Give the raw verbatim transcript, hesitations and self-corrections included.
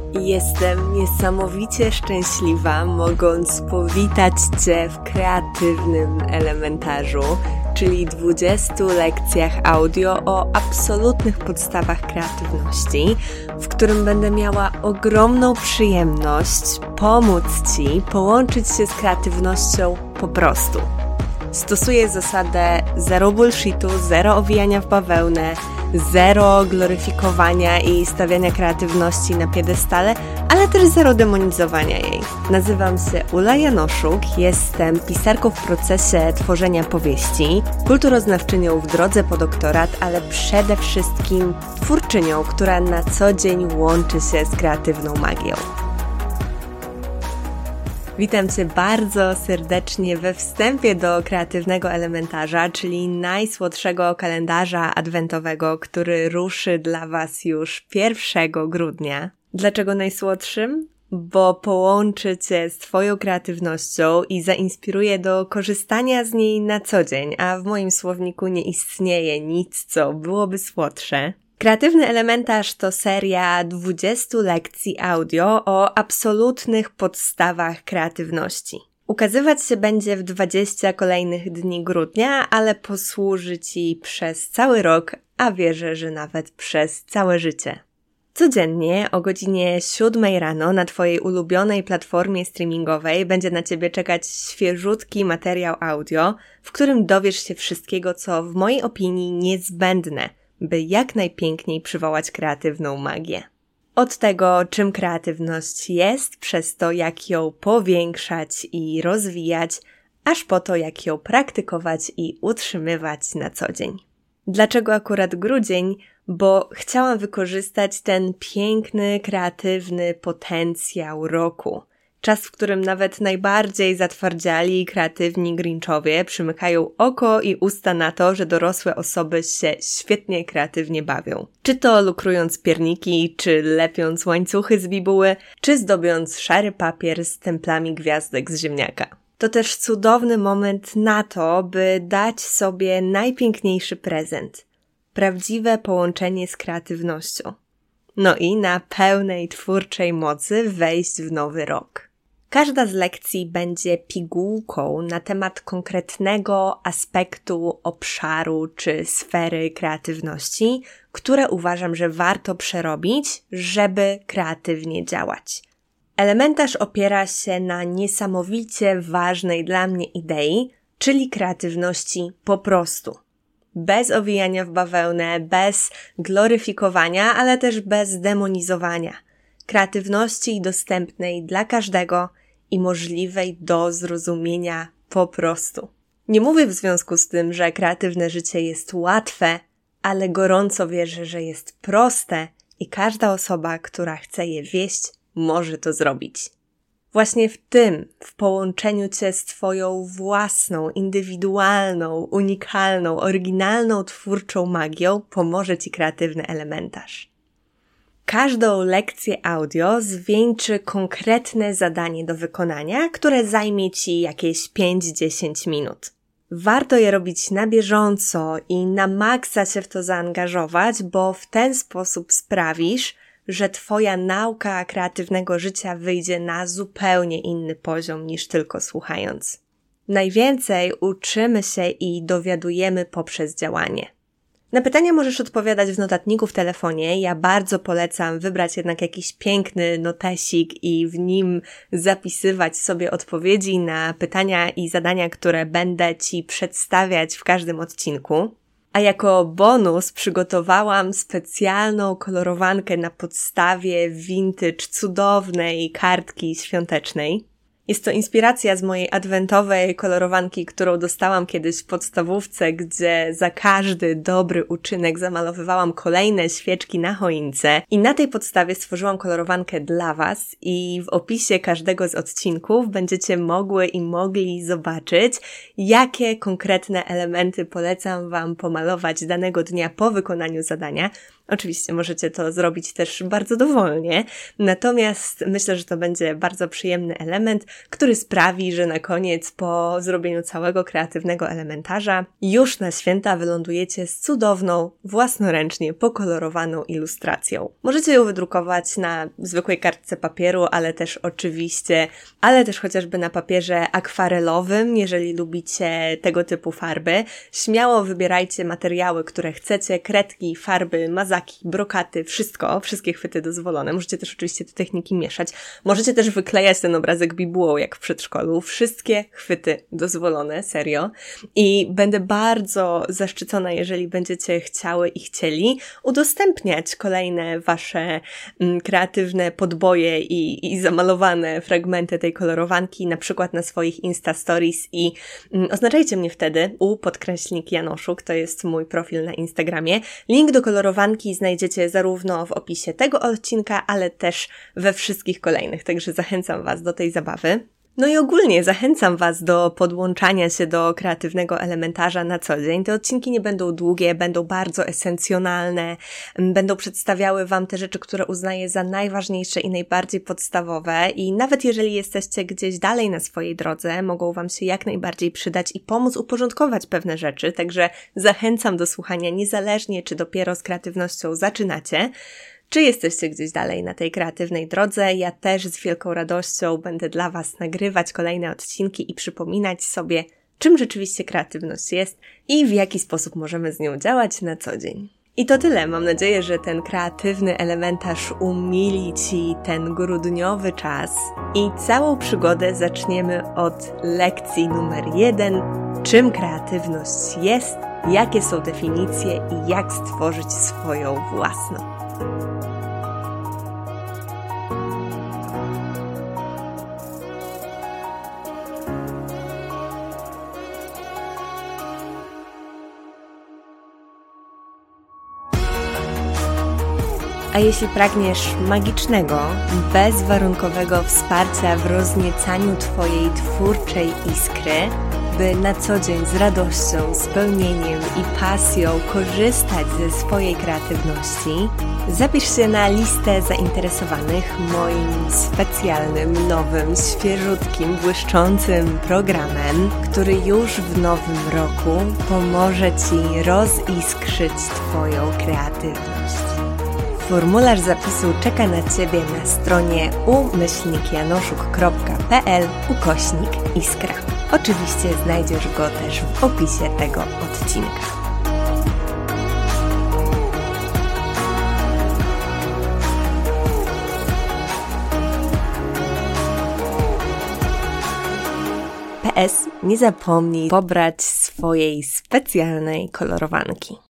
Jestem niesamowicie szczęśliwa, mogąc powitać Cię w kreatywnym elementarzu, czyli dwudziestu lekcjach audio o absolutnych podstawach kreatywności, w którym będę miała ogromną przyjemność pomóc Ci połączyć się z kreatywnością po prostu. Stosuję zasadę zero bullshitu, zero owijania w bawełnę, zero gloryfikowania i stawiania kreatywności na piedestale, ale też zero demonizowania jej. Nazywam się Ula Janoszuk, jestem pisarką w procesie tworzenia powieści, kulturoznawczynią w drodze po doktorat, ale przede wszystkim twórczynią, która na co dzień łączy się z kreatywną magią. Witam Cię bardzo serdecznie we wstępie do kreatywnego elementarza, czyli najsłodszego kalendarza adwentowego, który ruszy dla Was już pierwszego grudnia. Dlaczego najsłodszym? Bo połączy Cię z Twoją kreatywnością i zainspiruje do korzystania z niej na co dzień, a w moim słowniku nie istnieje nic, co byłoby słodsze. Kreatywny elementarz to seria dwudziestu lekcji audio o absolutnych podstawach kreatywności. Ukazywać się będzie w dwudziestu kolejnych dni grudnia, ale posłuży Ci przez cały rok, a wierzę, że nawet przez całe życie. Codziennie o godzinie siódmej rano na Twojej ulubionej platformie streamingowej będzie na Ciebie czekać świeżutki materiał audio, w którym dowiesz się wszystkiego, co w mojej opinii niezbędne, by jak najpiękniej przywołać kreatywną magię. Od tego, czym kreatywność jest, przez to, jak ją powiększać i rozwijać, aż po to, jak ją praktykować i utrzymywać na co dzień. Dlaczego akurat grudzień? Bo chciałam wykorzystać ten piękny, kreatywny potencjał roku. Czas, w którym nawet najbardziej zatwardziali i kreatywni Grinchowie przymykają oko i usta na to, że dorosłe osoby się świetnie kreatywnie bawią. Czy to lukrując pierniki, czy lepiąc łańcuchy z bibuły, czy zdobiąc szary papier z templami gwiazdek z ziemniaka. To też cudowny moment na to, by dać sobie najpiękniejszy prezent. Prawdziwe połączenie z kreatywnością. No i na pełnej twórczej mocy wejść w nowy rok. Każda z lekcji będzie pigułką na temat konkretnego aspektu, obszaru czy sfery kreatywności, które uważam, że warto przerobić, żeby kreatywnie działać. Elementarz opiera się na niesamowicie ważnej dla mnie idei, czyli kreatywności po prostu. Bez owijania w bawełnę, bez gloryfikowania, ale też bez demonizowania. Kreatywności dostępnej dla każdego i możliwej do zrozumienia po prostu. Nie mówię w związku z tym, że kreatywne życie jest łatwe, ale gorąco wierzę, że jest proste i każda osoba, która chce je wieść, może to zrobić. Właśnie w tym, w połączeniu Cię z Twoją własną, indywidualną, unikalną, oryginalną, twórczą magią pomoże Ci kreatywny elementarz. Każdą lekcję audio zwieńczy konkretne zadanie do wykonania, które zajmie Ci jakieś pięć do dziesięciu minut. Warto je robić na bieżąco i na maksa się w to zaangażować, bo w ten sposób sprawisz, że Twoja nauka kreatywnego życia wyjdzie na zupełnie inny poziom niż tylko słuchając. Najwięcej uczymy się i dowiadujemy poprzez działanie. Na pytania możesz odpowiadać w notatniku w telefonie. Ja bardzo polecam wybrać jednak jakiś piękny notesik i w nim zapisywać sobie odpowiedzi na pytania i zadania, które będę Ci przedstawiać w każdym odcinku. A jako bonus przygotowałam specjalną kolorowankę na podstawie vintage cudownej kartki świątecznej. Jest to inspiracja z mojej adwentowej kolorowanki, którą dostałam kiedyś w podstawówce, gdzie za każdy dobry uczynek zamalowywałam kolejne świeczki na choince i na tej podstawie stworzyłam kolorowankę dla Was i w opisie każdego z odcinków będziecie mogły i mogli zobaczyć, jakie konkretne elementy polecam Wam pomalować danego dnia po wykonaniu zadania. Oczywiście możecie to zrobić też bardzo dowolnie, natomiast myślę, że to będzie bardzo przyjemny element, który sprawi, że na koniec po zrobieniu całego kreatywnego elementarza już na święta wylądujecie z cudowną, własnoręcznie pokolorowaną ilustracją. Możecie ją wydrukować na zwykłej kartce papieru, ale też oczywiście, ale też chociażby na papierze akwarelowym, jeżeli lubicie tego typu farby. Śmiało wybierajcie materiały, które chcecie, kredki, farby, mazaki, brokaty, wszystko, wszystkie chwyty dozwolone. Możecie też oczywiście te techniki mieszać. Możecie też wyklejać ten obrazek bibułą, jak w przedszkolu. Wszystkie chwyty dozwolone, serio. I będę bardzo zaszczycona, jeżeli będziecie chciały i chcieli udostępniać kolejne wasze mm, kreatywne podboje i, i zamalowane fragmenty tej kolorowanki, na przykład na swoich Insta Stories i mm, oznaczajcie mnie wtedy u podkreślnik Janoszuk, to jest mój profil na Instagramie. Link do kolorowanki znajdziecie zarówno w opisie tego odcinka, ale też we wszystkich kolejnych, także zachęcam Was do tej zabawy. No i ogólnie zachęcam Was do podłączania się do kreatywnego elementarza na co dzień. Te odcinki nie będą długie, będą bardzo esencjonalne, będą przedstawiały Wam te rzeczy, które uznaję za najważniejsze i najbardziej podstawowe i nawet jeżeli jesteście gdzieś dalej na swojej drodze, mogą Wam się jak najbardziej przydać i pomóc uporządkować pewne rzeczy, także zachęcam do słuchania niezależnie, czy dopiero z kreatywnością zaczynacie. Czy jesteście gdzieś dalej na tej kreatywnej drodze? Ja też z wielką radością będę dla Was nagrywać kolejne odcinki i przypominać sobie, czym rzeczywiście kreatywność jest i w jaki sposób możemy z nią działać na co dzień. I to tyle. Mam nadzieję, że ten kreatywny elementarz umili Ci ten grudniowy czas i całą przygodę zaczniemy od lekcji numer jeden. Czym kreatywność jest, jakie są definicje i jak stworzyć swoją własną. A jeśli pragniesz magicznego, bezwarunkowego wsparcia w rozniecaniu Twojej twórczej iskry, by na co dzień z radością, spełnieniem i pasją korzystać ze swojej kreatywności, zapisz się na listę zainteresowanych moim specjalnym, nowym, świeżutkim, błyszczącym programem, który już w nowym roku pomoże Ci roziskrzyć Twoją kreatywność. Formularz zapisu czeka na Ciebie na stronie u myślnik janoszuk kropka p l ukośnik iskra. Oczywiście znajdziesz go też w opisie tego odcinka. P S. Nie zapomnij pobrać swojej specjalnej kolorowanki.